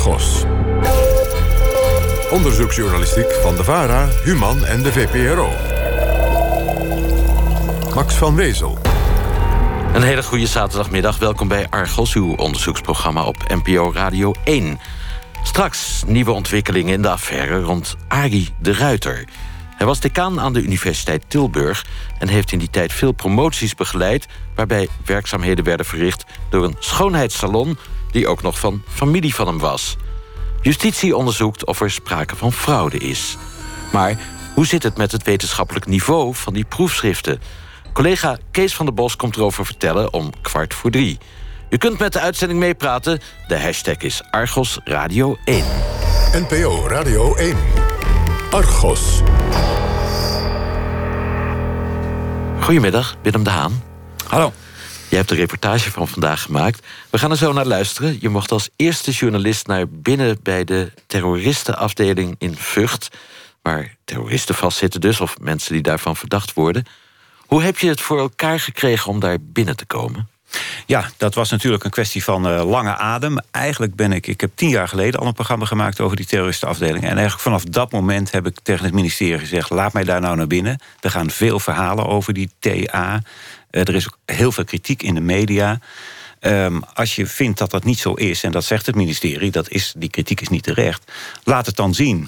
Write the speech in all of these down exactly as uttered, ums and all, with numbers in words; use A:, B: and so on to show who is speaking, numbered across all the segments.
A: Argos. Onderzoeksjournalistiek van de VARA, Human en de V P R O. Max van Wezel.
B: Een hele goede zaterdagmiddag. Welkom bij Argos, uw onderzoeksprogramma op N P O Radio één. Straks nieuwe ontwikkelingen in de affaire rond Arie de Ruiter. Hij was decaan aan de Universiteit Tilburg en heeft in die tijd veel promoties begeleid, waarbij werkzaamheden werden verricht door een schoonheidssalon die ook nog van familie van hem was. Justitie onderzoekt of er sprake van fraude is. Maar hoe zit het met het wetenschappelijk niveau van die proefschriften? Collega Kees van der Bos komt erover vertellen om kwart voor drie. U kunt met de uitzending meepraten. De hashtag is Argos Radio één.
A: N P O Radio één. Argos.
B: Goedemiddag, Willem de Haan.
C: Hallo.
B: Je hebt de reportage van vandaag gemaakt. We gaan er zo naar luisteren. Je mocht als eerste journalist naar binnen bij de terroristenafdeling in Vught, waar terroristen vastzitten dus, of mensen die daarvan verdacht worden. Hoe heb je het voor elkaar gekregen om daar binnen te komen?
C: Ja, dat was natuurlijk een kwestie van uh, lange adem. Eigenlijk ben ik, ik heb tien jaar geleden al een programma gemaakt over die terroristenafdeling. En eigenlijk vanaf dat moment heb ik tegen het ministerie gezegd, laat mij daar nou naar binnen. Er gaan veel verhalen over die T A. Uh, er is ook heel veel kritiek in de media. Um, als je vindt dat dat niet zo is, en dat zegt het ministerie, dat is, die kritiek is niet terecht, laat het dan zien.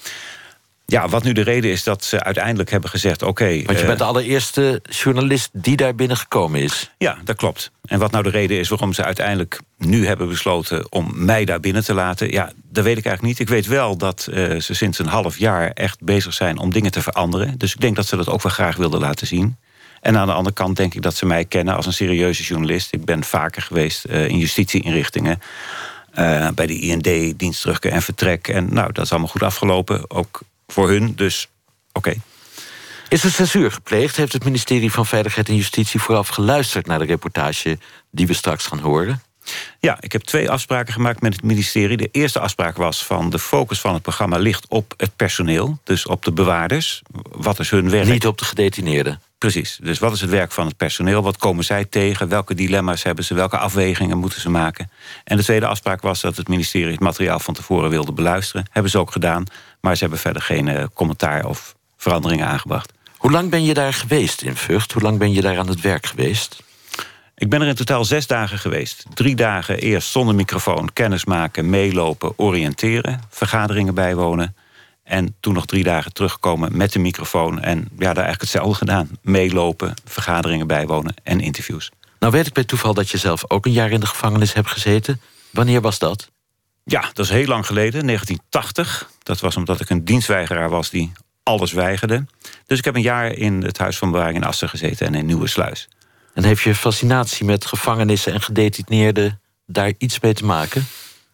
C: Ja, wat nu de reden is dat ze uiteindelijk hebben gezegd, oké. Okay,
B: Want je bent de allereerste journalist die daar binnen gekomen is.
C: Ja, dat klopt. En wat nou de reden is waarom ze uiteindelijk nu hebben besloten om mij daar binnen te laten, ja, dat weet ik eigenlijk niet. Ik weet wel dat uh, ze sinds een half jaar echt bezig zijn om dingen te veranderen. Dus ik denk dat ze dat ook wel graag wilden laten zien. En aan de andere kant denk ik dat ze mij kennen als een serieuze journalist. Ik ben vaker geweest uh, in justitieinrichtingen. Uh, bij de I N D, dienst terugkeer en vertrek. En nou, dat is allemaal goed afgelopen. Ook voor hun, dus oké. Okay.
B: Is er censuur gepleegd? Heeft het ministerie van Veiligheid en Justitie vooraf geluisterd naar de reportage die we straks gaan horen?
C: Ja, ik heb twee afspraken gemaakt met het ministerie. De eerste afspraak was van de focus van het programma ligt op het personeel. Dus op de bewaarders. Wat is hun werk?
B: Niet op de gedetineerden.
C: Precies. Dus wat is het werk van het personeel? Wat komen zij tegen? Welke dilemma's hebben ze? Welke afwegingen moeten ze maken? En de tweede afspraak was dat het ministerie het materiaal van tevoren wilde beluisteren. Hebben ze ook gedaan. Maar ze hebben verder geen uh, commentaar of veranderingen aangebracht.
B: Hoe lang ben je daar geweest in Vught? Hoe lang ben je daar aan het werk geweest?
C: Ik ben er in totaal zes dagen geweest. Drie dagen eerst zonder microfoon, kennismaken, meelopen, oriënteren, vergaderingen bijwonen. En toen nog drie dagen terugkomen met de microfoon. En ja, daar eigenlijk hetzelfde gedaan. Meelopen, vergaderingen bijwonen en interviews.
B: Nou weet ik bij toeval dat je zelf ook een jaar in de gevangenis hebt gezeten. Wanneer was dat?
C: Ja, dat is heel lang geleden, negentien tachtig. Dat was omdat ik een dienstweigeraar was die alles weigerde. Dus ik heb een jaar in het Huis van Bewaring in Assen gezeten en in Nieuwersluis.
B: En heeft je fascinatie met gevangenissen en gedetineerden daar iets mee te maken?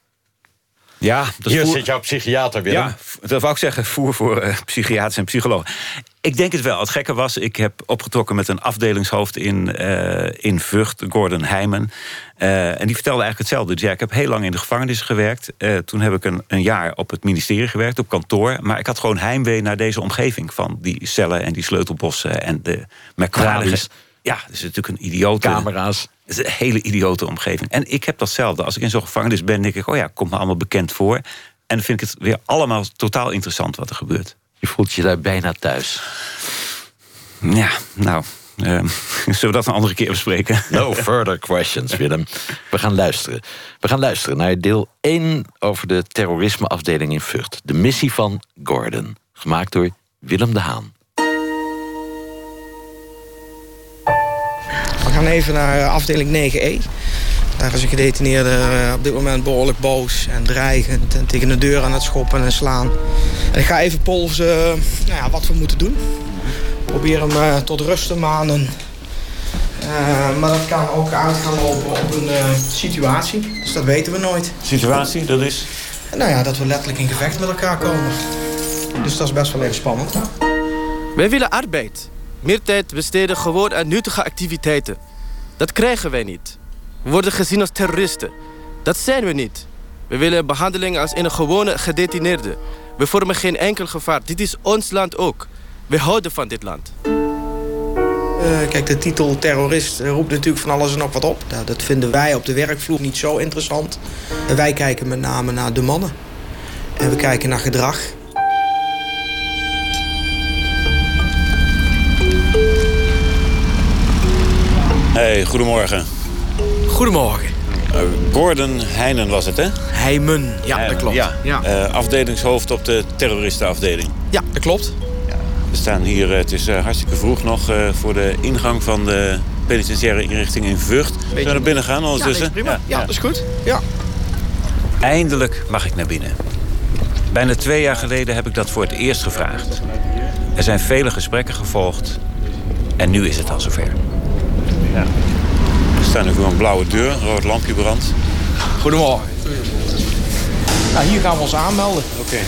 C: Ja, dat
B: Hier
C: voer...
B: zit jouw psychiater, Willem.
C: Ja, dat wou ik zeggen, voer voor uh, psychiaters en psychologen. Ik denk het wel. Het gekke was, ik heb opgetrokken met een afdelingshoofd in, uh, in Vught, Gordon Heijmen. Uh, en die vertelde eigenlijk hetzelfde. Ja, ik heb heel lang in de gevangenis gewerkt. Uh, toen heb ik een, een jaar op het ministerie gewerkt, op kantoor. Maar ik had gewoon heimwee naar deze omgeving van die cellen en die sleutelbossen en de merkwaardige... Ja, dat is natuurlijk een idiote...
B: Camera's.
C: Het is een hele idiote omgeving. En ik heb datzelfde. Als ik in zo'n gevangenis ben, denk ik, oh ja, komt me allemaal bekend voor. En dan vind ik het weer allemaal totaal interessant wat er gebeurt.
B: Je voelt je daar bijna thuis.
C: Ja, nou, uh, zullen we dat een andere keer bespreken?
B: No further questions, Willem. We gaan luisteren. We gaan luisteren naar deel één over de terrorismeafdeling in Vught. De missie van Gordon. Gemaakt door Willem de Haan.
D: We gaan even naar afdeling negen E. Daar is een gedetineerde op dit moment behoorlijk boos en dreigend en tegen de deur aan het schoppen en slaan. En ik ga even polsen nou ja, wat we moeten doen. Probeer hem uh, tot rust te manen. Uh, maar dat kan ook uit gaan lopen op een uh, situatie. Dus dat weten we nooit.
C: Situatie, dat is?
D: Nou ja, dat we letterlijk in gevecht met elkaar komen. Dus dat is best wel even spannend.
E: Wij willen arbeid. Meer tijd besteden gewoon aan nuttige activiteiten. Dat krijgen wij niet. We worden gezien als terroristen. Dat zijn we niet. We willen een behandeling als een gewone gedetineerde. We vormen geen enkel gevaar. Dit is ons land ook. We houden van dit land.
D: Uh, Uh, kijk, de titel terrorist roept natuurlijk van alles en nog wat op. Nou, dat vinden wij op de werkvloer niet zo interessant. En wij kijken met name naar de mannen. En we kijken naar gedrag.
C: Hey, goedemorgen.
D: Goedemorgen.
C: Uh, Gordon Heinen was het, hè?
D: Heimen, ja,
C: Heinen,
D: dat klopt.
C: Ja.
D: Ja.
C: Uh, afdelingshoofd op de terroristenafdeling.
D: Ja, dat klopt.
C: Ja. We staan hier, uh, het is uh, hartstikke vroeg nog... Uh, voor de ingang van de penitentiaire inrichting in Vught. Zullen we naar binnen gaan ondertussen?
D: Ja, nee, prima. Ja, ja, dat is goed. Ja.
C: Eindelijk mag ik naar binnen. Bijna twee jaar geleden heb ik dat voor het eerst gevraagd. Er zijn vele gesprekken gevolgd. En nu is het al zover. Ja. We staan nu voor een blauwe deur, een rood lampje brandt.
D: Goedemorgen. Nou, hier gaan we ons aanmelden.
C: Oké. Okay.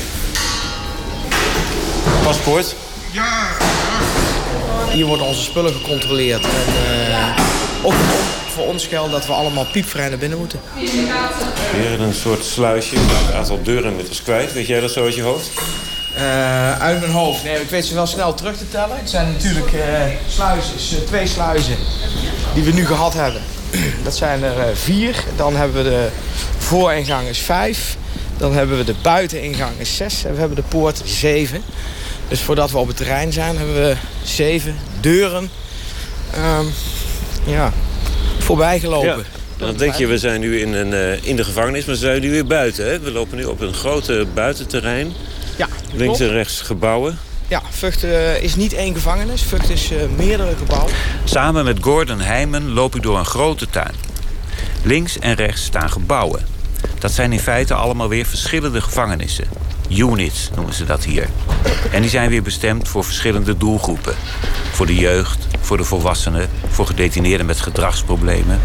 C: Paspoort?
D: Ja. Hier worden onze spullen gecontroleerd. En, uh, ook voor ons geldt dat we allemaal piepvrij naar binnen moeten.
C: Weer een soort sluisje. Een aantal deurinmiddels kwijt. Weet jij dat zo uit je hoofd?
D: Uh, uit mijn hoofd. Nee, ik weet ze wel snel terug te tellen. Het zijn natuurlijk uh, sluizen, uh, twee sluizen die we nu gehad hebben. Dat zijn er uh, vier. Dan hebben we de vooringang is vijf. Dan hebben we de buiteningang is zes. En we hebben de poort zeven. Dus voordat we op het terrein zijn hebben we zeven deuren um, ja, voorbij gelopen.
C: Ja. Dan denk je, we zijn nu in, een, uh, in de gevangenis, maar we zijn nu weer buiten. Hè? We lopen nu op een grote buitenterrein.
D: Ja,
C: links
D: klopt.
C: en rechts gebouwen.
D: Ja, Vught uh, is niet één gevangenis. Vught is uh, meerdere gebouwen.
C: Samen met Gordon Heinen loop ik door een grote tuin. Links en rechts staan gebouwen. Dat zijn in feite allemaal weer verschillende gevangenissen. Units noemen ze dat hier. En die zijn weer bestemd voor verschillende doelgroepen. Voor de jeugd, voor de volwassenen, voor gedetineerden met gedragsproblemen.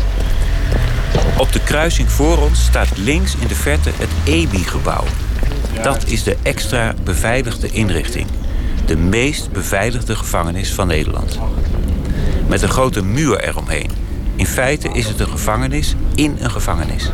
C: Op de kruising voor ons staat links in de verte het E B I-gebouw. Dat is de extra beveiligde inrichting. De meest beveiligde gevangenis van Nederland. Met een grote muur eromheen. In feite is het een gevangenis in een gevangenis.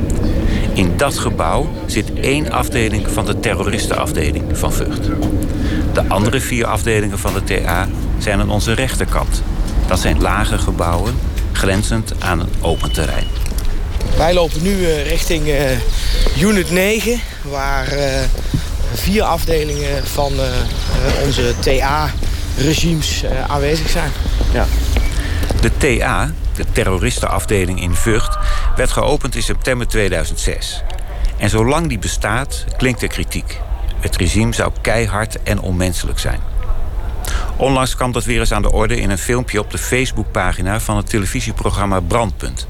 C: In dat gebouw zit één afdeling van de terroristenafdeling van Vught. De andere vier afdelingen van de T A zijn aan onze rechterkant. Dat zijn lage gebouwen, grenzend aan een open terrein.
D: Wij lopen nu uh, richting uh, unit negen, waar uh, vier afdelingen van uh, uh, onze T A-regimes uh, aanwezig zijn.
C: Ja. De T A, de terroristenafdeling in Vught, werd geopend in september tweeduizend zes. En zolang die bestaat, klinkt er kritiek. Het regime zou keihard en onmenselijk zijn. Onlangs kwam dat weer eens aan de orde in een filmpje op de Facebookpagina van het televisieprogramma Brandpunt.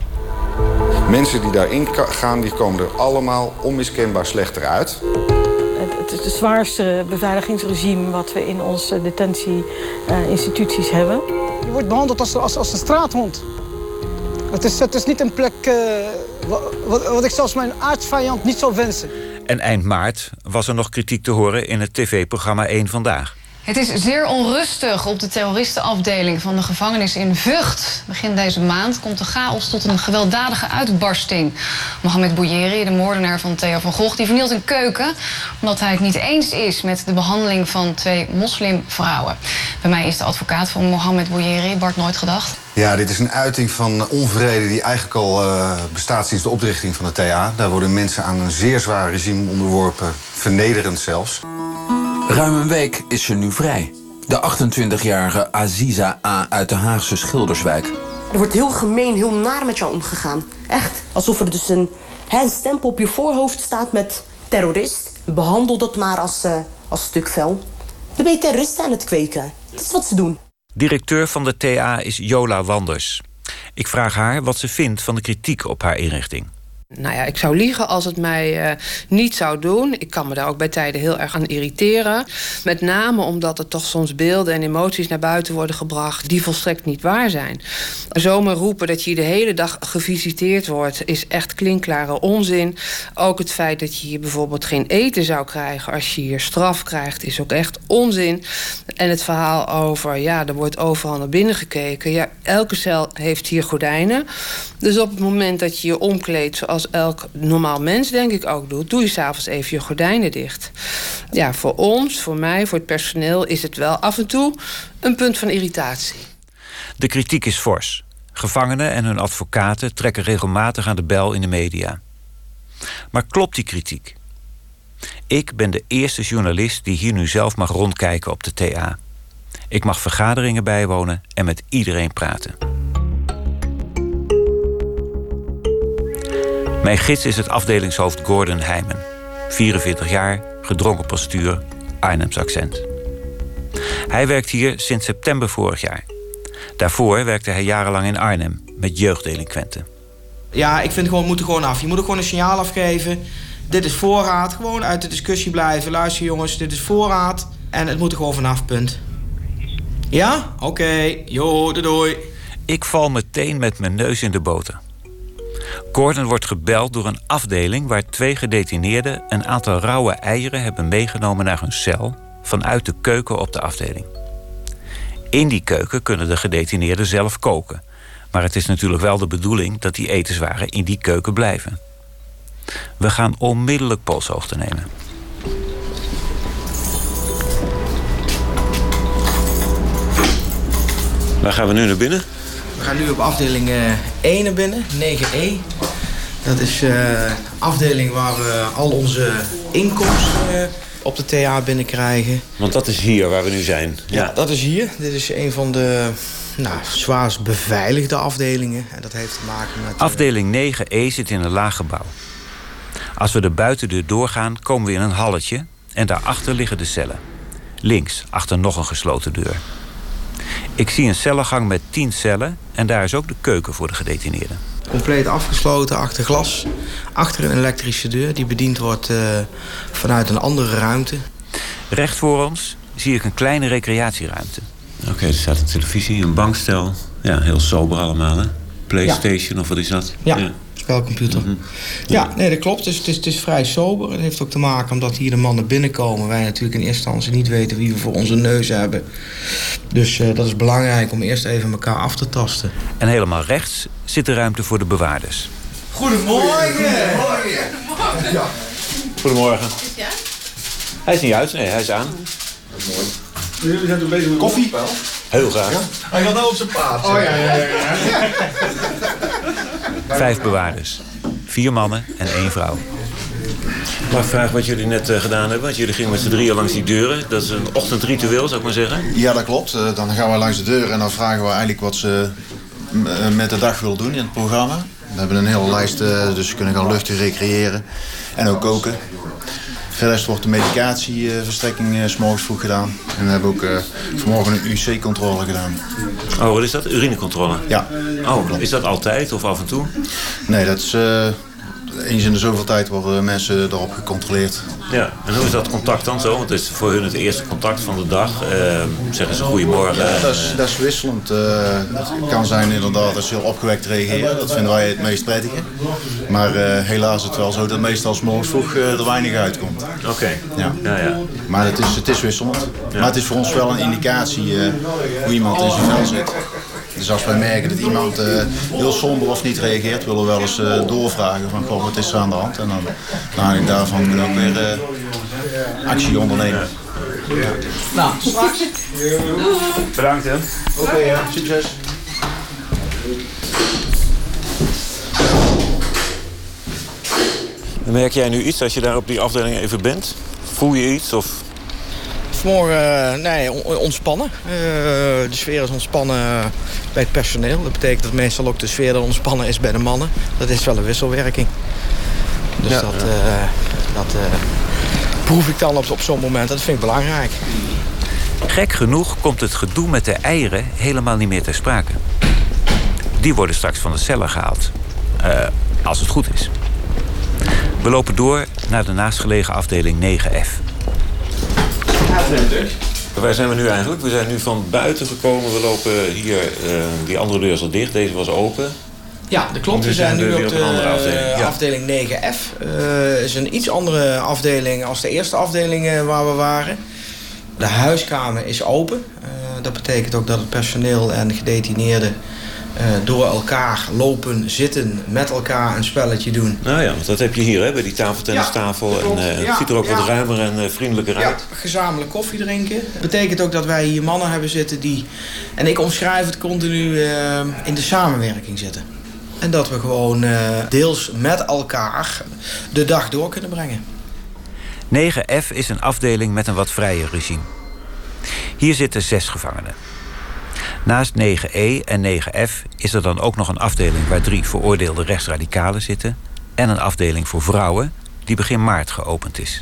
F: Mensen die daarin gaan, die komen er allemaal onmiskenbaar slechter uit.
G: Het is het zwaarste beveiligingsregime wat we in onze detentie-instituties uh, hebben.
H: Je wordt behandeld als, als, als een straathond. Het is, het is niet een plek uh, wat, wat ik zelfs mijn aardsvijand niet zou wensen.
C: En eind maart was er nog kritiek te horen in het tv-programma één Vandaag.
I: Het is zeer onrustig op de terroristenafdeling van de gevangenis in Vught. Begin deze maand komt de chaos tot een gewelddadige uitbarsting. Mohamed Bouyeri, de moordenaar van Theo van Gogh, die vernielt een keuken omdat hij het niet eens is met de behandeling van twee moslimvrouwen. Bij mij is de advocaat van Mohamed Bouyeri, Bart Nooitgedacht.
J: Ja, dit is een uiting van onvrede die eigenlijk al uh, bestaat sinds de oprichting van de T A. Daar worden mensen aan een zeer zwaar regime onderworpen, vernederend zelfs.
K: Ruim een week is ze nu vrij. De achtentwintigjarige Aziza A. uit de Haagse Schilderswijk.
L: Er wordt heel gemeen, heel naar met jou omgegaan. Echt. Alsof er dus een, een stempel op je voorhoofd staat met terrorist. Behandel dat maar als, uh, als stuk vel. Dan ben je terroristen aan het kweken. Dat is wat ze doen.
C: Directeur van de T A is Jola Wanders. Ik vraag haar wat ze vindt van de kritiek op haar inrichting.
M: Nou ja, ik zou liegen als het mij uh, niet zou doen. Ik kan me daar ook bij tijden heel erg aan irriteren. Met name omdat er toch soms beelden en emoties naar buiten worden gebracht die volstrekt niet waar zijn. Zomaar roepen dat je de hele dag gevisiteerd wordt is echt klinkklare onzin. Ook het feit dat je hier bijvoorbeeld geen eten zou krijgen als je hier straf krijgt is ook echt onzin. En het verhaal over, ja, er wordt overal naar binnen gekeken. Ja, elke cel heeft hier gordijnen. Dus op het moment dat je je omkleedt zoals als elk normaal mens denk ik ook doet, doe je 's avonds even je gordijnen dicht. Ja, voor ons, voor mij, voor het personeel is het wel af en toe een punt van irritatie.
C: De kritiek is fors. Gevangenen en hun advocaten trekken regelmatig aan de bel in de media. Maar klopt die kritiek? Ik ben de eerste journalist die hier nu zelf mag rondkijken op de T A. Ik mag vergaderingen bijwonen en met iedereen praten. Mijn gids is het afdelingshoofd Gordon Heijmen. vierenveertig jaar, gedrongen postuur, Arnhems accent. Hij werkt hier sinds september vorig jaar. Daarvoor werkte hij jarenlang in Arnhem met jeugddelinquenten.
D: Ja, ik vind gewoon, het moet er gewoon af. Je moet er gewoon een signaal afgeven. Dit is voorraad. Gewoon uit de discussie blijven. Luister jongens, dit is voorraad. En het moet er gewoon vanaf, punt. Ja? Oké. Okay. Jo, doei doei.
C: Ik val meteen met mijn neus in de boter. Gordon wordt gebeld door een afdeling waar twee gedetineerden een aantal rauwe eieren hebben meegenomen naar hun cel vanuit de keuken op de afdeling. In die keuken kunnen de gedetineerden zelf koken. Maar het is natuurlijk wel de bedoeling dat die etenswaren in die keuken blijven. We gaan onmiddellijk polshoogte nemen. Waar gaan we nu naar binnen?
D: We gaan nu op afdeling uh, één naar binnen, negen E. Dat is uh, de afdeling waar we al onze inkomsten uh, op de T A binnenkrijgen.
C: Want dat is hier waar we nu zijn.
D: Ja, ja, dat is hier. Dit is een van de nou, zwaarst beveiligde afdelingen. En dat heeft te maken met... Uh...
C: Afdeling negen E zit in een laag gebouw. Als we de buitendeur doorgaan, komen we in een halletje. En daarachter liggen de cellen. Links, achter nog een gesloten deur. Ik zie een cellengang met tien cellen. En daar is ook de keuken voor de gedetineerden.
D: Compleet afgesloten, achter glas. Achter een elektrische deur die bediend wordt uh, vanuit een andere ruimte.
C: Recht voor ons zie ik een kleine recreatieruimte. Oké, okay, er staat een televisie, een bankstel. Ja, heel sober allemaal, hè? PlayStation ja. Of wat is dat?
D: Ja, ja. Spelcomputer. Mm-hmm. Ja. ja, nee, dat klopt. Dus het is, het is vrij sober. Het heeft ook te maken omdat hier de mannen binnenkomen. Wij natuurlijk in eerste instantie niet weten wie we voor onze neus hebben. Dus uh, dat is belangrijk om eerst even elkaar af te tasten.
C: En helemaal rechts zit de ruimte voor de bewaarders.
D: Goedemorgen!
C: Goedemorgen! Ja. Goedemorgen. Ja? Hij is niet uit, nee, hij is aan.
N: Dat is mooi. Jullie zijn toch bezig met koffie?
C: Heel graag. Ja?
N: Hij gaat nou op zijn paard. Oh ja, ja, ja. ja.
C: Vijf bewaarders. Vier mannen en één vrouw. Mag ik vragen wat jullie net uh, gedaan hebben? Want jullie gingen met z'n drieën langs die deuren. Dat is een ochtendritueel, zou ik maar zeggen.
F: Ja, dat klopt. Uh, dan gaan we langs de deur en dan vragen we eigenlijk wat ze uh, met de dag willen doen in het programma. We hebben een hele lijst, uh, dus ze kunnen gaan luchten, recreëren en ook koken. Verder wordt de medicatieverstrekking uh, 's morgens vroeg gedaan. En we hebben ook uh, vanmorgen een U C-controle gedaan.
C: Oh, wat is dat? Urinecontrole?
F: Ja.
C: Oh, is dat altijd of af en toe?
F: Nee, dat is... Uh, eens in de zoveel tijd worden mensen erop gecontroleerd.
C: Ja, en hoe is dat contact dan zo? Want het is voor hun het eerste contact van de dag. Uh, zeggen ze goedemorgen.
F: Ja, dat is, dat is wisselend. Uh, het kan zijn inderdaad dat ze heel opgewekt reageren. Dat vinden wij het meest prettige. Maar uh, helaas is het wel zo dat meestal 's morgens vroeg uh, er weinig uitkomt.
C: Oké. Okay.
F: Ja.
C: Ja, ja.
F: Maar het is, het is wisselend. Ja. Maar het is voor ons wel een indicatie uh, hoe iemand in zijn vel zit. Dus als wij merken dat iemand uh, heel somber of niet reageert, willen we wel eens uh, doorvragen van goh, wat is er aan de hand? En dan nou, daarvan kunnen we ook weer uh, actie ondernemen.
D: Ja. Nou, straks.
C: Bedankt hè.
F: Oké, okay, ja. Succes.
C: Merk jij nu iets als je daar op die afdeling even bent? Voel je iets of...
D: Vanmorgen, nee, ontspannen. Uh, de sfeer is ontspannen bij het personeel. Dat betekent dat meestal ook de sfeer dan ontspannen is bij de mannen. Dat is wel een wisselwerking. Dus ja, dat, ja. Uh, dat uh, proef ik dan op, op zo'n moment. Dat vind ik belangrijk.
C: Gek genoeg komt het gedoe met de eieren helemaal niet meer ter sprake. Die worden straks van de cellen gehaald. Uh, als het goed is. We lopen door naar de naastgelegen afdeling negen F. Waar zijn we nu eigenlijk? We zijn nu van buiten gekomen. We lopen hier, uh, die andere deur is al dicht, deze was open.
D: Ja, dat klopt. We zijn nu op de afdeling, ja. afdeling negen F. Het uh, is een iets andere afdeling als de eerste afdeling uh, waar we waren. De huiskamer is open. Uh, dat betekent ook dat het personeel en de gedetineerden Uh, door elkaar lopen, zitten, met elkaar een spelletje doen.
C: Nou ja, want dat heb je hier hè, bij die tafeltennistafel. Ja, en, uh, het ja, ziet er ook ja. wat ruimer en uh, vriendelijker
D: ja,
C: uit.
D: Gezamenlijk koffie drinken. Dat betekent ook dat wij hier mannen hebben zitten die... en ik omschrijf het continu uh, in de samenwerking zitten. En dat we gewoon uh, deels met elkaar de dag door kunnen brengen.
C: negen F is een afdeling met een wat vrijer regime. Hier zitten zes gevangenen. Naast negen E en negen F is er dan ook nog een afdeling waar drie veroordeelde rechtsradicalen zitten en een afdeling voor vrouwen die begin maart geopend is.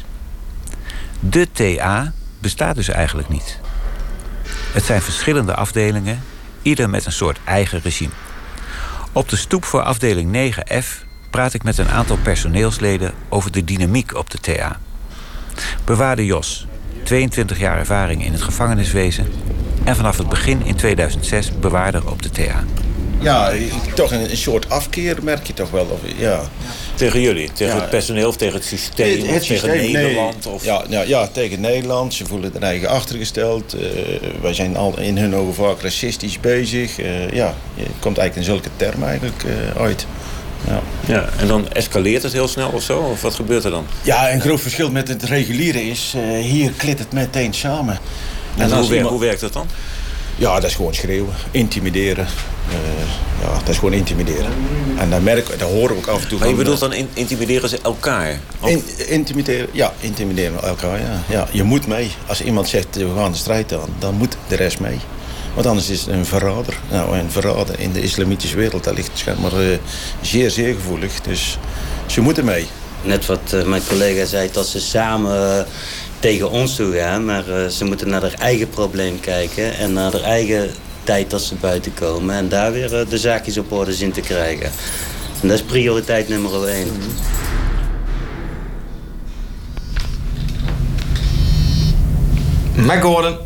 C: De T A bestaat dus eigenlijk niet. Het zijn verschillende afdelingen, ieder met een soort eigen regime. Op de stoep voor afdeling negen F praat ik met een aantal personeelsleden over de dynamiek op de T A. Bewaarder Jos, tweeëntwintig jaar ervaring in het gevangeniswezen en vanaf het begin in tweeduizend zes bewaarder op de T A.
O: Ja, toch een, een soort afkeer merk je toch wel. Of, ja.
C: Tegen jullie? Tegen ja. het personeel of tegen het systeem? Het, het of systeem, tegen Nederland?
O: Nee.
C: Of...
O: Ja, ja, ja, tegen Nederland. Ze voelen er eigen achtergesteld. Uh, wij zijn al in hun ogen vaak racistisch bezig. Uh, ja, je komt eigenlijk in zulke termen eigenlijk uh, uit. Ja.
C: Ja, en dan escaleert het heel snel of zo? Of wat gebeurt er dan?
O: Ja, een groot verschil met het reguliere is... Uh, hier klit het meteen samen.
C: En, en hoe, iemand... werkt, hoe werkt dat dan?
O: Ja, dat is gewoon schreeuwen, intimideren. Uh, ja, dat is gewoon intimideren. En dat merken, dat horen we ook af en toe.
C: Maar je bedoelt dan in, intimideren ze elkaar?
O: In, intimideren, ja, intimideren elkaar, ja. ja. Je moet mee. Als iemand zegt, we gaan de strijd aan, dan moet de rest mee. Want anders is het een verrader. Nou, een verrader in de islamitische wereld, dat ligt schijnbaar uh, zeer, zeer gevoelig. Dus ze moeten mee.
P: Net wat uh, mijn collega zei, dat ze samen... Uh, tegen ons toe gaan, maar uh, ze moeten naar haar eigen probleem kijken en naar haar eigen tijd dat ze buiten komen en daar weer uh, de zaakjes op orde zien te krijgen. En dat is prioriteit nummer één.
D: Mac Gordon.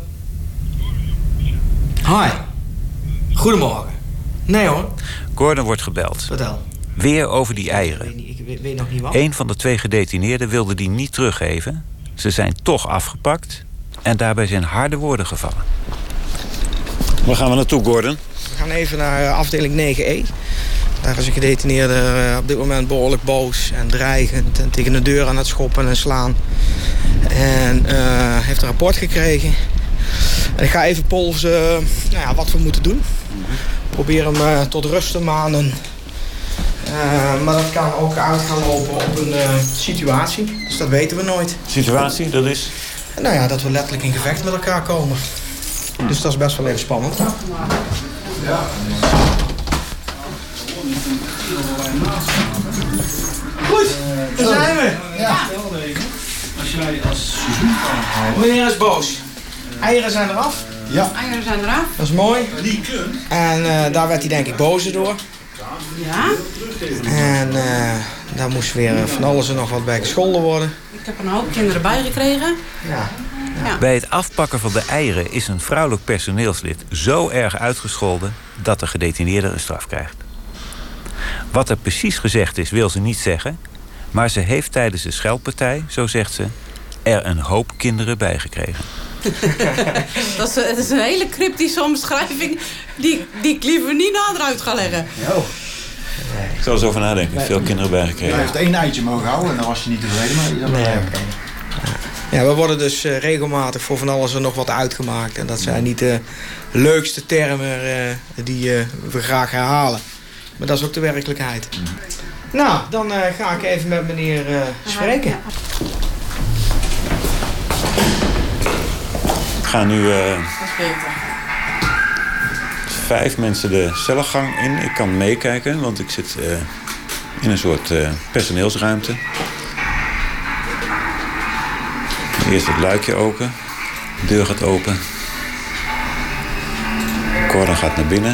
D: Hi. Goedemorgen. Nee hoor.
C: Gordon wordt gebeld.
D: Vertel.
C: Weer over die eieren.
D: Ik weet, ik weet, weet nog niet wat.
C: Een van de twee gedetineerden wilde die niet teruggeven. Ze zijn toch afgepakt en daarbij zijn harde woorden gevallen. Waar gaan we naartoe, Gordon?
D: We gaan even naar afdeling negen E. Daar is een gedetineerde op dit moment behoorlijk boos en dreigend... en tegen de deur aan het schoppen en slaan. En uh, heeft een rapport gekregen. En ik ga even polsen nou ja, wat we moeten doen. Probeer hem uh, tot rust te manen. Uh, maar dat kan ook uit gaan lopen op een uh, situatie. Dus dat weten we nooit.
C: Situatie, dat is?
D: Nou ja, dat we letterlijk in gevecht met elkaar komen. Dus dat is best wel even spannend. Ja. Goed, daar zijn we. Ja. Als jij als seizoen kan houden. Meneer is boos. Eieren zijn eraf.
Q: Ja. Eieren zijn eraf.
D: Dat is mooi. En uh, daar werd hij denk ik boos door.
Q: Ja.
D: En uh, daar moest weer van alles en nog wat bij gescholden worden.
Q: Ik heb er een hoop kinderen bij gekregen.
D: Ja.
Q: Ja.
C: Bij het afpakken van de eieren is een vrouwelijk personeelslid zo erg uitgescholden dat de gedetineerde een straf krijgt. Wat er precies gezegd is, wil ze niet zeggen, maar ze heeft tijdens de scheldpartij, zo zegt ze, er een hoop kinderen bij gekregen.
Q: dat, is, dat is een hele cryptische omschrijving die, die ik liever niet nader uit ga leggen.
C: Jo. Ik zal er zo over nadenken. Veel kinderen bijgekregen.
F: Je heeft één eitje mogen houden en dan was je niet tevreden mee.
D: Nee. Ja, we worden dus uh, regelmatig voor van alles en nog wat uitgemaakt. En dat zijn niet de leukste termen uh, die uh, we graag herhalen. Maar dat is ook de werkelijkheid. Mm. Nou, dan uh, ga ik even met meneer uh, spreken.
C: We gaan nu uh,
Q: dat is beter.
C: Vijf mensen de cellengang in. Ik kan meekijken, want ik zit uh, in een soort uh, personeelsruimte. Eerst het luikje open. De deur gaat open. Gordon gaat naar binnen.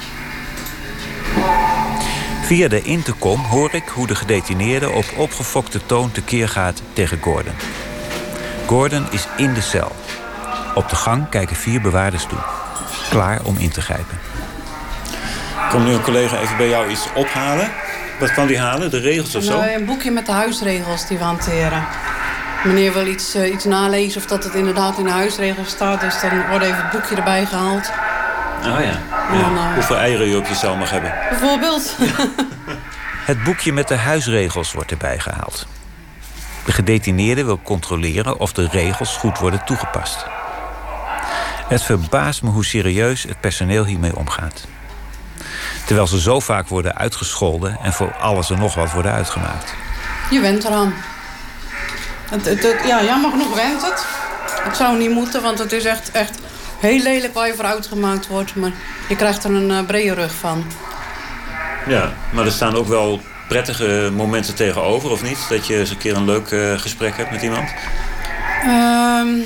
C: Via de intercom hoor ik hoe de gedetineerde op opgefokte toon tekeer gaat tegen Gordon. Gordon is in de cel. Op de gang kijken vier bewaarders toe. Klaar om in te grijpen. Komt nu een collega even bij jou iets ophalen? Wat kan die halen? De regels of zo?
Q: Een, een boekje met de huisregels die we hanteren. Meneer wil iets, uh, iets nalezen of dat het inderdaad in de huisregels staat. Dus dan wordt even het boekje erbij gehaald.
C: Oh ja. Ja,
Q: dan, uh,
C: hoeveel eieren je op je cel mag hebben.
Q: Bijvoorbeeld.
C: Het boekje met de huisregels wordt erbij gehaald. De gedetineerde wil controleren of de regels goed worden toegepast. Het verbaast me hoe serieus het personeel hiermee omgaat. Terwijl ze zo vaak worden uitgescholden en voor alles en nog wat worden uitgemaakt.
Q: Je went eraan. Het, het, het, ja, jammer genoeg went het. Het zou niet moeten, want het is echt, echt heel lelijk waar je voor uitgemaakt wordt. Maar je krijgt er een uh, brede rug van.
C: Ja, maar er staan ook wel prettige momenten tegenover, of niet? Dat je eens een keer een leuk uh, gesprek hebt met iemand?
Q: Um,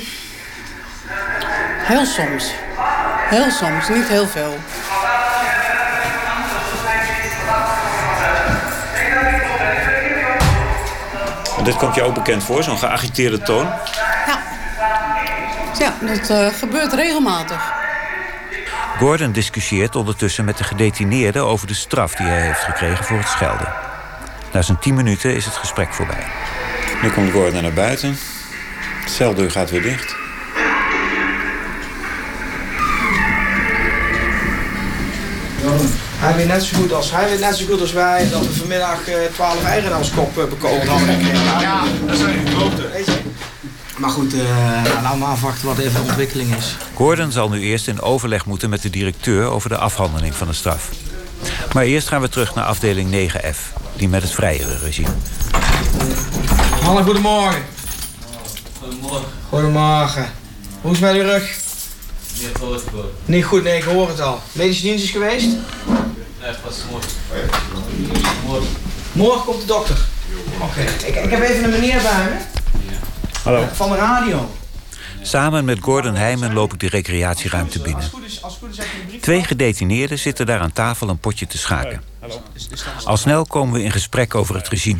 Q: heel soms. Heel soms, niet heel veel.
C: En dit komt je ook bekend voor, zo'n geagiteerde toon?
Q: Ja. Ja, dat uh, gebeurt regelmatig.
C: Gordon discussieert ondertussen met de gedetineerde over de straf die hij heeft gekregen voor het schelden. Na zijn tien minuten is het gesprek voorbij. Nu komt Gordon naar buiten. De celdeur gaat weer dicht.
D: Hij weet net zo goed als, hij weet net zo goed als wij dat we vanmiddag uh, twaalf eieren aan ons kop uh, bekomen hadden gekregen. Ja, dat zijn de grote. Weet je? Maar goed, uh, nou, laten we afwachten wat even de ontwikkeling is.
C: Gordon zal nu eerst in overleg moeten met de directeur over de afhandeling van de straf. Maar eerst gaan we terug naar afdeling negen F, die met het vrijere regime.
D: Mannen, goedemorgen.
R: Goedemorgen.
D: Goedemorgen. Hoe is het met uw rug?
R: Niet goed, goed.
D: Niet goed, nee, ik hoor het al. Medische dienst is geweest?
R: Nee, pas morgen. Morgen.
D: Morgen komt de dokter. Oké. Okay. Ik, ik heb even een meneer bij me.
C: Hallo.
D: Van de radio.
C: Samen met Gordon Heijmen loop ik de recreatieruimte binnen. Twee gedetineerden zitten daar aan tafel een potje te schaken. Al snel komen we in gesprek over het regime.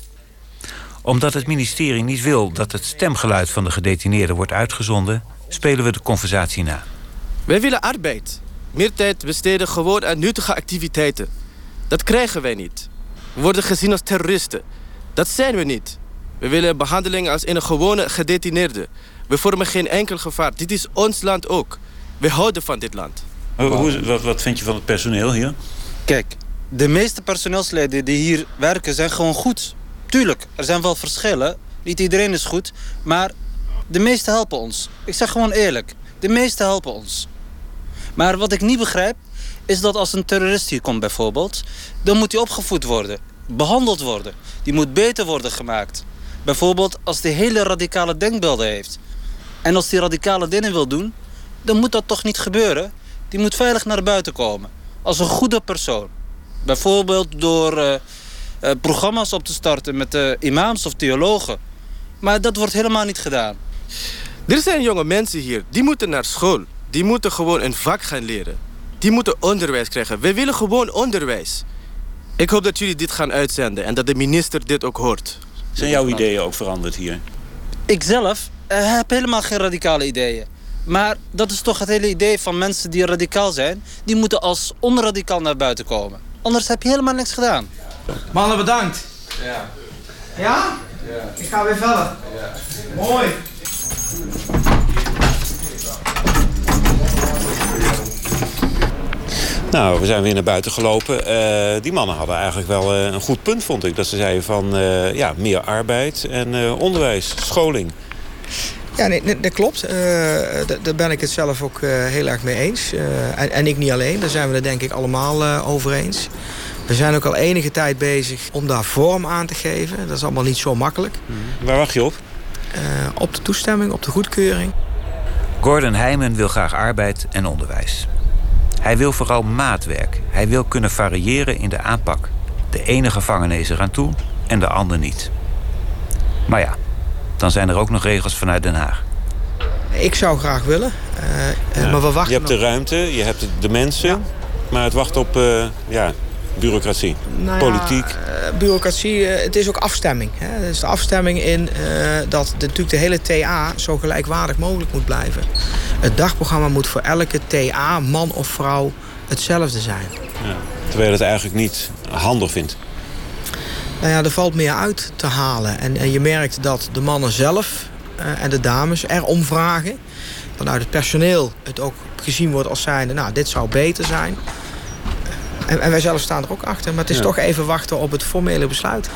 C: Omdat het ministerie niet wil dat het stemgeluid van de gedetineerden wordt uitgezonden, spelen we de conversatie na.
E: Wij willen arbeid. Meer tijd besteden gewoon aan nuttige activiteiten. Dat krijgen wij niet. We worden gezien als terroristen. Dat zijn we niet. We willen behandeling als een gewone gedetineerde. We vormen geen enkel gevaar. Dit is ons land ook. We houden van dit land.
C: Hoe, hoe, wat, wat vind je van het personeel hier?
S: Kijk, de meeste personeelsleden die hier werken zijn gewoon goed. Tuurlijk, er zijn wel verschillen. Niet iedereen is goed. Maar de meesten helpen ons. Ik zeg gewoon eerlijk. De meesten helpen ons. Maar wat ik niet begrijp, is dat als een terrorist hier komt bijvoorbeeld, dan moet hij opgevoed worden. Behandeld worden. Die moet beter worden gemaakt. Bijvoorbeeld als hij hele radicale denkbeelden heeft. En als hij radicale dingen wil doen, dan moet dat toch niet gebeuren. Die moet veilig naar buiten komen. Als een goede persoon. Bijvoorbeeld door uh, uh, programma's op te starten met uh, imams of theologen. Maar dat wordt helemaal niet gedaan.
E: Er zijn jonge mensen hier, die moeten naar school. Die moeten gewoon een vak gaan leren. Die moeten onderwijs krijgen. Wij willen gewoon onderwijs. Ik hoop dat jullie dit gaan uitzenden en dat de minister dit ook hoort.
C: Zijn jouw ideeën ook veranderd hier?
S: Ik zelf uh, heb helemaal geen radicale ideeën. Maar dat is toch het hele idee van mensen die radicaal zijn. Die moeten als onradicaal naar buiten komen. Anders heb je helemaal niks gedaan.
D: Mannen, bedankt.
R: Ja.
D: Ja? Ja. Ik ga weer verder.
R: Ja.
D: Mooi.
C: Nou, we zijn weer naar buiten gelopen. Uh, die mannen hadden eigenlijk wel uh, een goed punt, vond ik. Dat ze zeiden van uh, ja, meer arbeid en uh, onderwijs, scholing.
D: Ja, nee, nee, dat klopt. Uh, daar ben ik het zelf ook uh, heel erg mee eens. Uh, en, en ik niet alleen, daar zijn we het denk ik allemaal uh, over eens. We zijn ook al enige tijd bezig om daar vorm aan te geven. Dat is allemaal niet zo makkelijk.
C: Hmm. Waar wacht je op?
D: Uh, op de toestemming, op de goedkeuring.
C: Gordon Heijmen wil graag arbeid en onderwijs. Hij wil vooral maatwerk. Hij wil kunnen variëren in de aanpak. De ene gevangene is eraan toe en de ander niet. Maar ja, dan zijn er ook nog regels vanuit Den Haag.
D: Ik zou graag willen, uh,
C: ja.
D: maar we wachten
C: Je hebt
D: nog.
C: de ruimte, je hebt de mensen, ja. Maar het wacht op uh, ja, bureaucratie,
D: nou
C: politiek.
D: Ja, uh, bureaucratie, uh, het is ook afstemming. Hè. Het is de afstemming in uh, dat de, natuurlijk de hele T A zo gelijkwaardig mogelijk moet blijven. Het dagprogramma moet voor elke T A, man of vrouw, hetzelfde zijn.
C: Ja, terwijl je het eigenlijk niet handig vindt.
D: Nou ja, er valt meer uit te halen. En, en je merkt dat de mannen zelf uh, en de dames erom vragen. Vanuit het personeel het ook gezien wordt als zijnde, nou, dit zou beter zijn. En, en wij zelf staan er ook achter. Maar het is ja. toch even wachten op het formele besluit.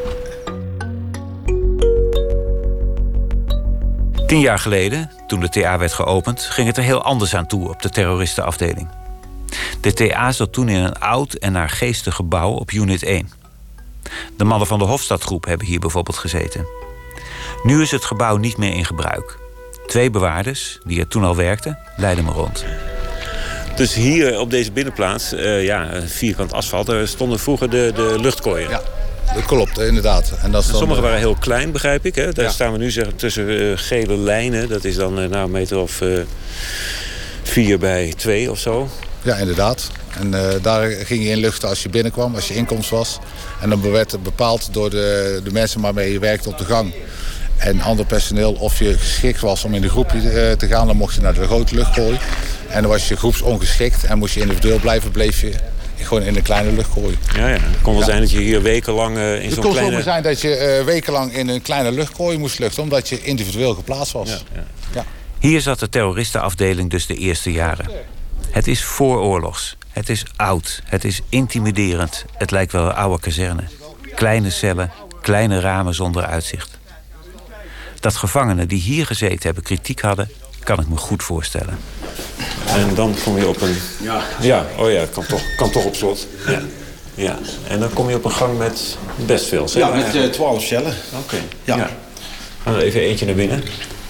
C: Tien jaar geleden, toen de T A werd geopend, ging het er heel anders aan toe op de terroristenafdeling. De T A zat toen in een oud en naargeestig gebouw op Unit één. De mannen van de Hofstadgroep hebben hier bijvoorbeeld gezeten. Nu is het gebouw niet meer in gebruik. Twee bewaarders, die er toen al werkten, leiden me rond. Dus hier op deze binnenplaats, uh, ja, vierkant asfalt, er stonden vroeger de, de luchtkooien.
T: Ja, dat klopt, inderdaad. En dat is dan,
C: sommige waren heel klein, begrijp ik. Hè? Daar ja. staan we nu zeg, tussen uh, gele lijnen. Dat is dan uh, nou, een meter of uh, vier bij twee of zo.
T: Ja, inderdaad. En uh, daar ging je in luchten als je binnenkwam, als je inkomst was. En dan werd het bepaald door de, de mensen waarmee je werkte op de gang. En ander personeel, of je geschikt was om in de groep uh, te gaan, dan mocht je naar de grote luchtkooi. En dan was je groepsongeschikt en moest je individueel blijven, bleef je gewoon in een kleine luchtkooi.
C: Ja, ja. Het kon wel ja. zijn dat je hier wekenlang uh, in zo'n kleine...
T: Het kon zijn dat je uh, wekenlang in een kleine luchtkooi moest luchten, omdat je individueel geplaatst was. Ja, ja.
C: Ja. Hier zat de terroristenafdeling dus de eerste jaren. Het is vooroorlogs. Het is oud. Het is intimiderend. Het lijkt wel een oude kazerne. Kleine cellen, kleine ramen zonder uitzicht. Dat gevangenen die hier gezeten hebben kritiek hadden, kan ik me goed voorstellen. En dan kom je op een... Ja, ja oh ja, kan toch, kan toch op slot. Ja. Ja. En dan kom je op een gang met best veel cellen.
O: Ja, met twaalf uh, cellen.
C: Oké. Okay. Ja. Ja. Gaan we even eentje naar binnen.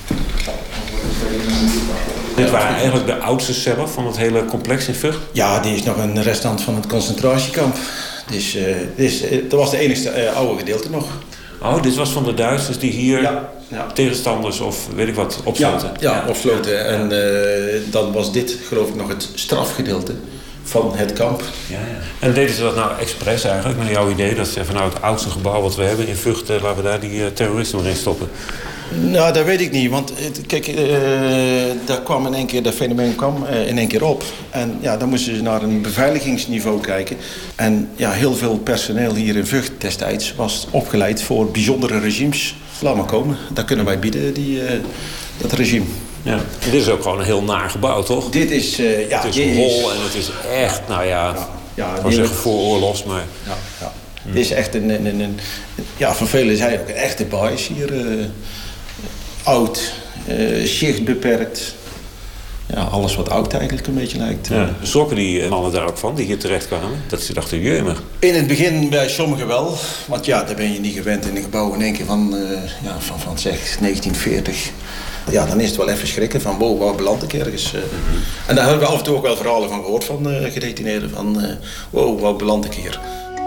C: Dit waren eigenlijk de oudste cellen van het hele complex in Vught?
O: Ja, die is nog een restant van het concentratiekamp. Dus, uh, dus, uh, dat was de enige uh, oude gedeelte nog.
C: Oh, dit was van de Duitsers die hier ja, ja. tegenstanders of weet ik wat opsloten?
O: Ja, ja, ja. opsloten. En uh, dan was dit geloof ik nog het strafgedeelte van het kamp.
C: Ja, ja. En deden ze dat nou expres eigenlijk, naar jouw idee? Dat ze even nou het oudste gebouw wat we hebben in Vught, uh, laten we daar die uh, terroristen maar in stoppen?
O: Nou, dat weet ik niet. Want kijk, uh, daar kwam in één keer, dat fenomeen kwam uh, in één keer op. En ja, dan moesten ze naar een beveiligingsniveau kijken. En ja, heel veel personeel hier in Vught destijds was opgeleid voor bijzondere regimes. Laat maar komen, dat kunnen wij bieden, die, uh, dat regime.
C: Ja. Dit is ook gewoon een heel naar gebouw, toch?
O: Dit is, uh, ja,
C: het is hol en het is echt, nou ja, ja, ja ik wil zeggen vooroorlogs, maar...
O: Ja, ja. Hm. Dit is echt een, een, een, een, ja, voor velen zijn ook een echte baas hier. Uh, oud, uh, zicht beperkt. Ja, alles wat oud eigenlijk een beetje lijkt.
C: Ja, schrokken die mannen daar ook van, die hier terecht kwamen? Dat ze dachten, jemig.
O: In het begin bij sommigen wel. Want ja, daar ben je niet gewend in een gebouw in één keer van, uh, ja, van, van zeg, negentien veertig. Ja, dan is het wel even schrikken van, wow, waar beland ik ergens? Uh, mm-hmm. En daar hebben we af en toe ook wel verhalen van gehoord van uh, gedetineerden. Van, uh, wow, waar beland ik hier?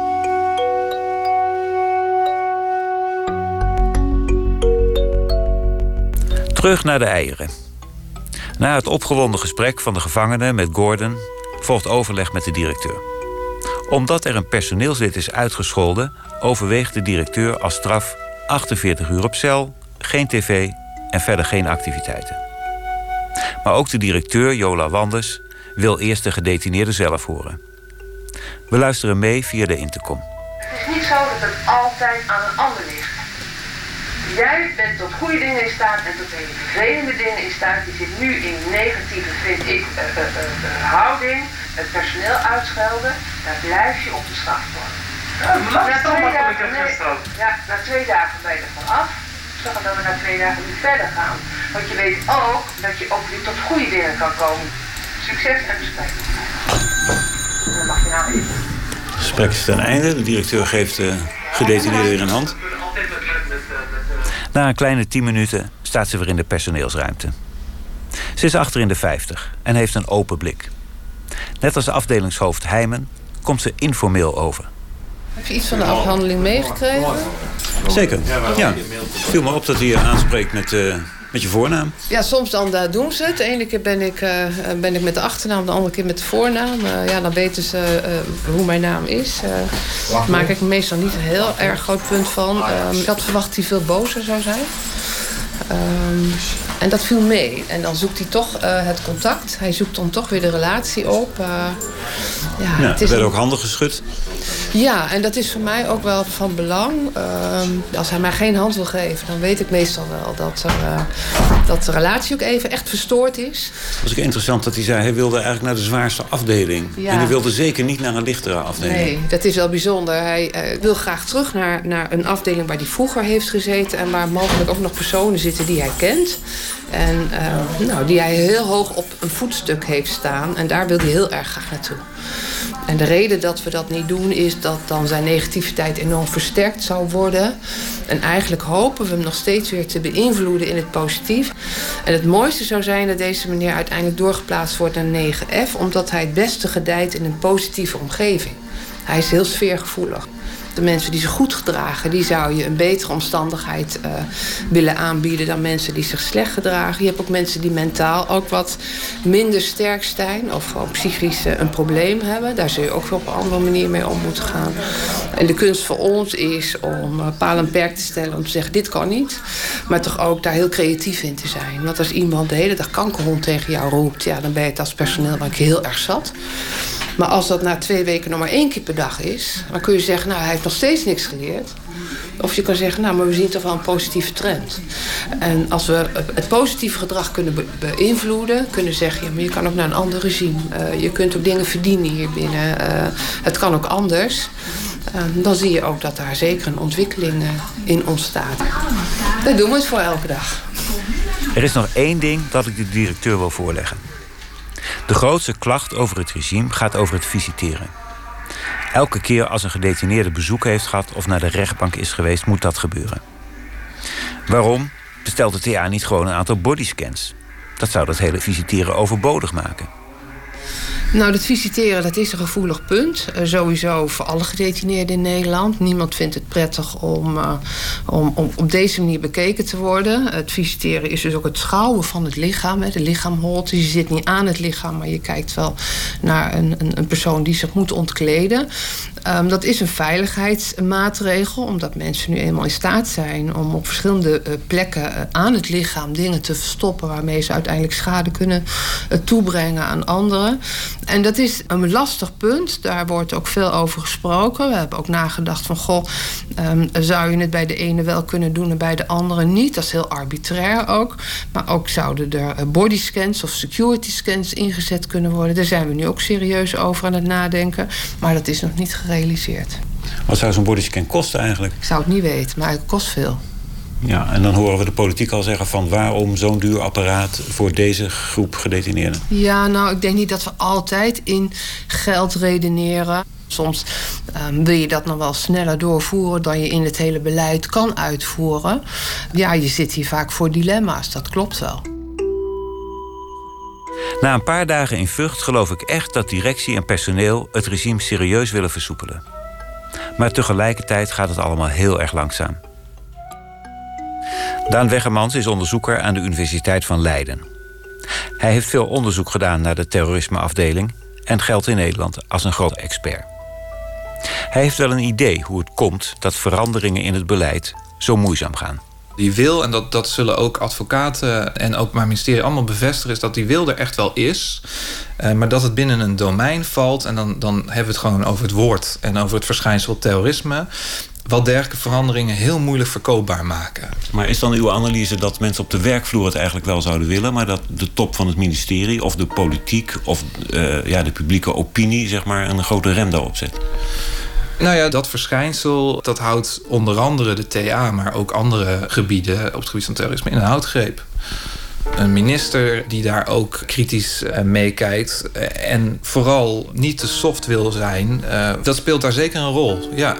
C: Terug naar de eieren. Na het opgewonden gesprek van de gevangenen met Gordon volgt overleg met de directeur. Omdat er een personeelslid is uitgescholden, overweegt de directeur als straf achtenveertig uur op cel, geen tv en verder geen activiteiten. Maar ook de directeur, Jola Wanders, wil eerst de gedetineerde zelf horen. We luisteren mee via de intercom.
U: Het is niet zo dat het altijd aan een ander ligt. Jij bent tot goede dingen in staat en tot hele vervelende dingen in staat. Je zit nu in negatieve, vind ik, uh, uh, uh, uh, houding, het personeel uitschelden. Daar blijf je op de straf worden. Ja, na, twee dagen, nee, ja, na twee dagen ben je er vanaf. Zorg dat we na twee dagen niet verder gaan. Want je weet ook dat je ook weer tot goede dingen kan komen. Succes en respect. En dan mag je nou even.
C: Het gesprek is ten einde. De directeur geeft de gedetineerde weer een hand. Na een kleine tien minuten staat ze weer in de personeelsruimte. Ze is achter in de vijftig en heeft een open blik. Net als afdelingshoofd Heijmen komt ze informeel over.
M: Heb je iets van de afhandeling meegekregen?
C: Zeker, ja. Het viel me op dat hij je aanspreekt met, uh, met je voornaam.
M: Ja, soms dan uh, doen ze het. De ene keer ben ik, uh, ben ik met de achternaam, de andere keer met de voornaam. Uh, ja, dan weten ze uh, hoe mijn naam is. Uh, daar maak ik meestal niet een heel erg groot punt van. Uh, ik had verwacht dat hij veel bozer zou zijn. Um, en dat viel mee. En dan zoekt hij toch uh, het contact. Hij zoekt dan toch weer de relatie op. Uh,
C: ja, ja, het is er werd ook handen geschud.
M: Ja, en dat is voor mij ook wel van belang. Uh, als hij mij geen hand wil geven, dan weet ik meestal wel dat, er, uh, dat de relatie ook even echt verstoord is.
C: Het was ook interessant dat hij zei, hij wilde eigenlijk naar de zwaarste afdeling. Ja. En hij wilde zeker niet naar een lichtere afdeling.
M: Nee, dat is wel bijzonder. Hij uh, wil graag terug naar, naar een afdeling waar hij vroeger heeft gezeten en waar mogelijk ook nog personen zitten die hij kent. En uh, nou, die hij heel hoog op een voetstuk heeft staan. En daar wil hij heel erg graag naartoe. En de reden dat we dat niet doen is dat dan zijn negativiteit enorm versterkt zou worden. En eigenlijk hopen we hem nog steeds weer te beïnvloeden in het positief. En het mooiste zou zijn dat deze meneer uiteindelijk doorgeplaatst wordt naar negen F... omdat hij het beste gedijt in een positieve omgeving. Hij is heel sfeergevoelig. De mensen die zich goed gedragen, die zou je een betere omstandigheid uh, willen aanbieden dan mensen die zich slecht gedragen. Je hebt ook mensen die mentaal ook wat minder sterk zijn of gewoon psychisch uh, een probleem hebben. Daar zul je ook wel op een andere manier mee om moeten gaan. En de kunst voor ons is om uh, paal en perk te stellen, om te zeggen dit kan niet. Maar toch ook daar heel creatief in te zijn. Want als iemand de hele dag kankerhond tegen jou roept, ja, dan ben je het als personeel maar heel erg zat. Maar als dat na twee weken nog maar één keer per dag is, dan kun je zeggen, nou, hij heeft nog steeds niks geleerd. Of je kan zeggen, nou, maar we zien toch wel een positieve trend. En als we het positieve gedrag kunnen be- beïnvloeden, kunnen zeggen, ja, maar je kan ook naar een ander regime. Uh, je kunt ook dingen verdienen hier binnen. Uh, het kan ook anders. Uh, dan zie je ook dat daar zeker een ontwikkeling uh, in ontstaat. Dat doen we het voor elke dag.
C: Er is nog één ding dat ik de directeur wil voorleggen. De grootste klacht over het regime gaat over het visiteren. Elke keer als een gedetineerde bezoek heeft gehad of naar de rechtbank is geweest, moet dat gebeuren. Waarom bestelt de T A niet gewoon een aantal bodyscans? Dat zou dat hele visiteren overbodig maken.
M: Nou, dat visiteren, dat is een gevoelig punt. Uh, sowieso voor alle gedetineerden in Nederland. Niemand vindt het prettig om, uh, om, om op deze manier bekeken te worden. Het visiteren is dus ook het schouwen van het lichaam. Hè. De lichaam holt, dus je zit niet aan het lichaam, maar je kijkt wel naar een, een, een persoon die zich moet ontkleden. Um, dat is een veiligheidsmaatregel, omdat mensen nu eenmaal in staat zijn om op verschillende uh, plekken uh, aan het lichaam dingen te verstoppen waarmee ze uiteindelijk schade kunnen uh, toebrengen aan anderen. En dat is een lastig punt. Daar wordt ook veel over gesproken. We hebben ook nagedacht van, goh, um, zou je het bij de ene wel kunnen doen en bij de andere niet? Dat is heel arbitrair ook. Maar ook zouden er bodyscans of security scans ingezet kunnen worden. Daar zijn we nu ook serieus over aan het nadenken. Maar dat is nog niet gerealiseerd.
C: Wat zou zo'n bodyscan kosten eigenlijk?
M: Ik zou het niet weten, maar het kost veel.
C: Ja, en dan horen we de politiek al zeggen van waarom zo'n duur apparaat voor deze groep gedetineerden?
M: Ja, nou, ik denk niet dat we altijd in geld redeneren. Soms um, wil je dat nog wel sneller doorvoeren dan je in het hele beleid kan uitvoeren. Ja, je zit hier vaak voor dilemma's, dat klopt wel.
C: Na een paar dagen in Vught geloof ik echt dat directie en personeel het regime serieus willen versoepelen. Maar tegelijkertijd gaat het allemaal heel erg langzaam. Daan Weggemans is onderzoeker aan de Universiteit van Leiden. Hij heeft veel onderzoek gedaan naar de terrorismeafdeling en geldt in Nederland als een groot expert. Hij heeft wel een idee hoe het komt dat veranderingen in het beleid zo moeizaam gaan.
A: Die wil, en dat, dat zullen ook advocaten en ook mijn ministerie allemaal bevestigen, is dat die wil er echt wel is. Uh, maar dat het binnen een domein valt. En dan, dan hebben we het gewoon over het woord en over het verschijnsel terrorisme. Wat dergelijke veranderingen heel moeilijk verkoopbaar maken.
C: Maar is dan uw analyse dat mensen op de werkvloer het eigenlijk wel zouden willen, maar dat de top van het ministerie of de politiek of uh, ja, de publieke opinie zeg maar een grote rem daarop zet?
A: Nou ja, dat verschijnsel dat houdt onder andere de T A, maar ook andere gebieden op het gebied van terrorisme in een houtgreep. Een minister die daar ook kritisch meekijkt en vooral niet te soft wil zijn, uh, dat speelt daar zeker een rol, ja.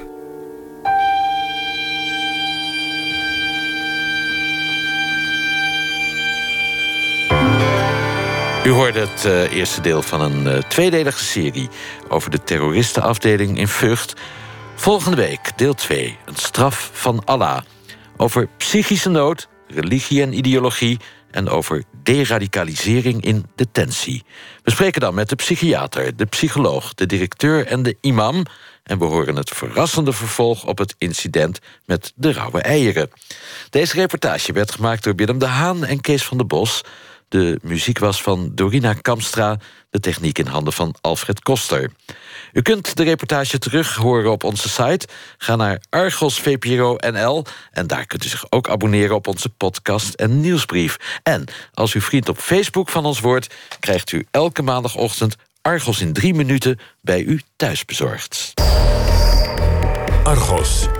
B: U hoorde het uh, eerste deel van een uh, tweedelige serie over de terroristenafdeling in Vught. Volgende week deel twee, een straf van Allah. Over psychische nood, religie en ideologie en over deradicalisering in detentie. We spreken dan met de psychiater, de psycholoog, de directeur en de imam. En we horen het verrassende vervolg op het incident met de rauwe eieren. Deze reportage werd gemaakt door Willem de Haan en Kees van der Bos. De muziek was van Dorina Kamstra, de techniek in handen van Alfred Koster. U kunt de reportage terug horen op onze site. Ga naar Argos V P R O N L en daar kunt u zich ook abonneren op onze podcast en nieuwsbrief. En als u vriend op Facebook van ons wordt, krijgt u elke maandagochtend Argos in drie minuten bij u thuis bezorgd.
G: Argos.